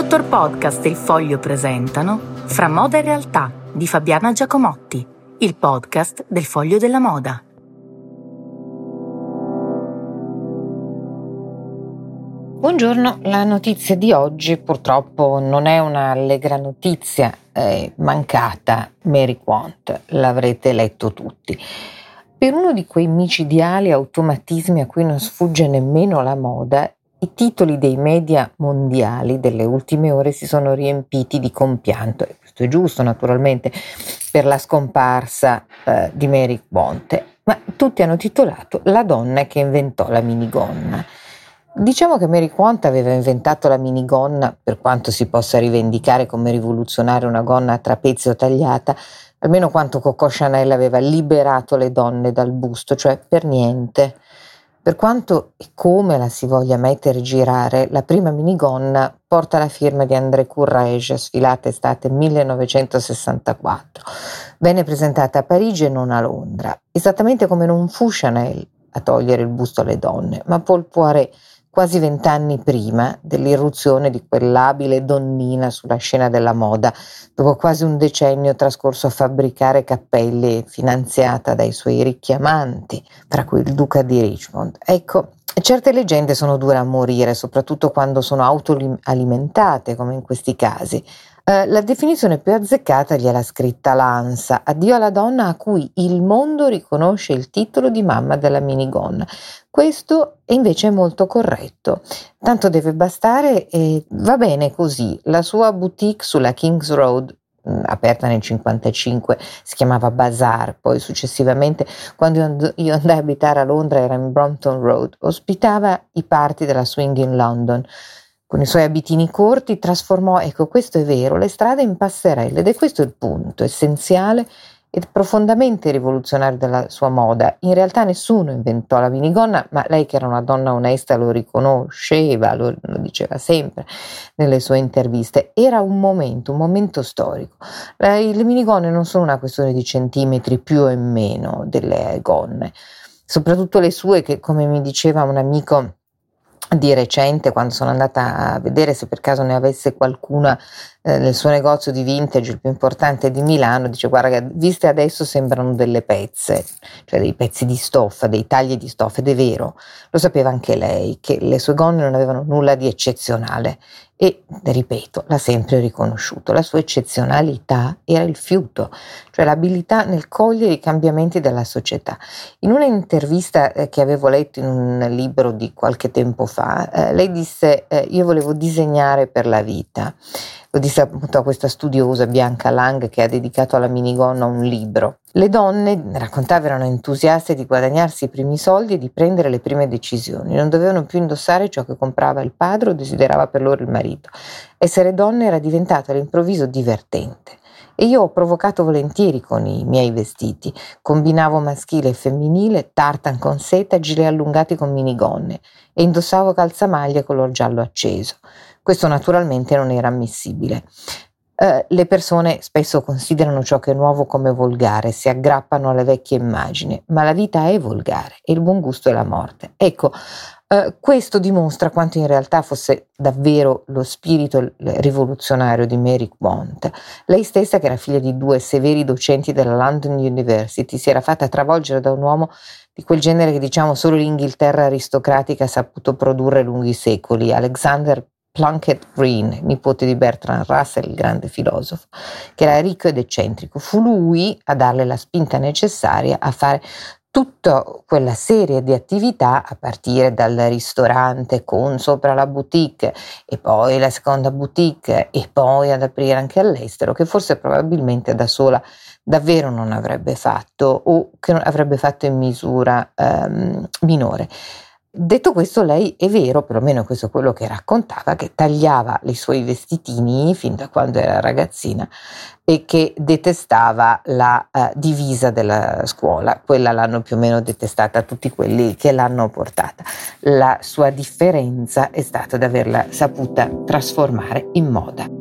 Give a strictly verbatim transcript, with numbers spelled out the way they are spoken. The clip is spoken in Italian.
Dottor Podcast e Il Foglio presentano Fra moda e realtà di Fabiana Giacomotti, il podcast del Foglio della Moda. Buongiorno, la notizia di oggi purtroppo non è una allegra notizia, è mancata Mary Quant, l'avrete letto tutti. Per uno di quei micidiali automatismi a cui non sfugge nemmeno la moda, i titoli dei media mondiali delle ultime ore si sono riempiti di compianto, e questo è giusto naturalmente, per la scomparsa eh, di Mary Quant, ma tutti hanno titolato La donna che inventò la minigonna. Diciamo che Mary Quant aveva inventato la minigonna, per quanto si possa rivendicare come rivoluzionare una gonna a trapezio tagliata, almeno quanto Coco Chanel aveva liberato le donne dal busto, cioè per niente. Per quanto e come la si voglia mettere e girare, la prima minigonna porta la firma di André Courrèges, sfilata estate millenovecentosessantaquattro. Venne presentata a Parigi e non a Londra, esattamente come non fu Chanel a togliere il busto alle donne, ma Paul Poiret, quasi vent'anni prima dell'irruzione di quell'abile donnina sulla scena della moda, dopo quasi un decennio trascorso a fabbricare cappelli finanziata dai suoi ricchi amanti, tra cui il duca di Richmond. Ecco, certe leggende sono dure a morire, soprattutto quando sono autoalimentate, come in questi casi. Uh, la definizione più azzeccata gliel'ha scritta l'ANSA: addio alla donna a cui il mondo riconosce il titolo di mamma della minigonna. Questo invece è molto corretto, tanto deve bastare e va bene così. La sua boutique sulla King's Road, mh, aperta nel cinquantacinque, si chiamava Bazaar, poi successivamente, quando io andai a abitare a Londra, era in Brompton Road, ospitava i party della Swing in London. Con i suoi abitini corti trasformò, ecco questo è vero, le strade in passerelle, ed è questo il punto essenziale e profondamente rivoluzionario della sua moda. In realtà nessuno inventò la minigonna, ma lei, che era una donna onesta, lo riconosceva, lo, lo diceva sempre nelle sue interviste. Era un momento, un momento storico. Le, le minigonne non sono una questione di centimetri più e meno delle gonne, soprattutto le sue, che, come mi diceva un amico di recente, quando sono andata a vedere se per caso ne avesse qualcuna eh, nel suo negozio di vintage, il più importante di Milano, dice: guarda, viste adesso sembrano delle pezze, cioè dei pezzi di stoffa, dei tagli di stoffa. Ed è vero, lo sapeva anche lei, che le sue gonne non avevano nulla di eccezionale e, ripeto, l'ha sempre riconosciuto. La sua eccezionalità era il fiuto, cioè l'abilità nel cogliere i cambiamenti della società. In una intervista eh, che avevo letto in un libro di qualche tempo fa, eh, lei disse: eh, io volevo disegnare per la vita. Lo disse appunto a questa studiosa, Bianca Lang, che ha dedicato alla minigonna un libro. Le donne, raccontava, erano entusiaste di guadagnarsi i primi soldi e di prendere le prime decisioni. Non dovevano più indossare ciò che comprava il padre o desiderava per loro il marito. Essere donne era diventato all'improvviso divertente. E io ho provocato volentieri con i miei vestiti. Combinavo maschile e femminile, tartan con seta, gilet allungati con minigonne, e indossavo calzamaglie color giallo acceso. Questo naturalmente non era ammissibile. Uh, le persone spesso considerano ciò che è nuovo come volgare, si aggrappano alle vecchie immagini, ma la vita è volgare e il buon gusto è la morte. Ecco, uh, questo dimostra quanto in realtà fosse davvero lo spirito rivoluzionario di Mary Quant. Lei stessa, che era figlia di due severi docenti della London University, si era fatta travolgere da un uomo di quel genere che, diciamo, solo l'Inghilterra aristocratica ha saputo produrre lunghi secoli, Alexander Plunkett Greene, nipote di Bertrand Russell, il grande filosofo, che era ricco ed eccentrico. Fu lui a darle la spinta necessaria a fare tutta quella serie di attività, a partire dal ristorante con sopra la boutique e poi la seconda boutique e poi ad aprire anche all'estero, che forse probabilmente da sola davvero non avrebbe fatto, o che non avrebbe fatto in misura ehm, minore. Detto questo, lei, è vero, perlomeno questo è quello che raccontava, che tagliava i suoi vestitini fin da quando era ragazzina e che detestava la uh, divisa della scuola. Quella l'hanno più o meno detestata tutti quelli che l'hanno portata. La sua differenza è stata di averla saputa trasformare in moda.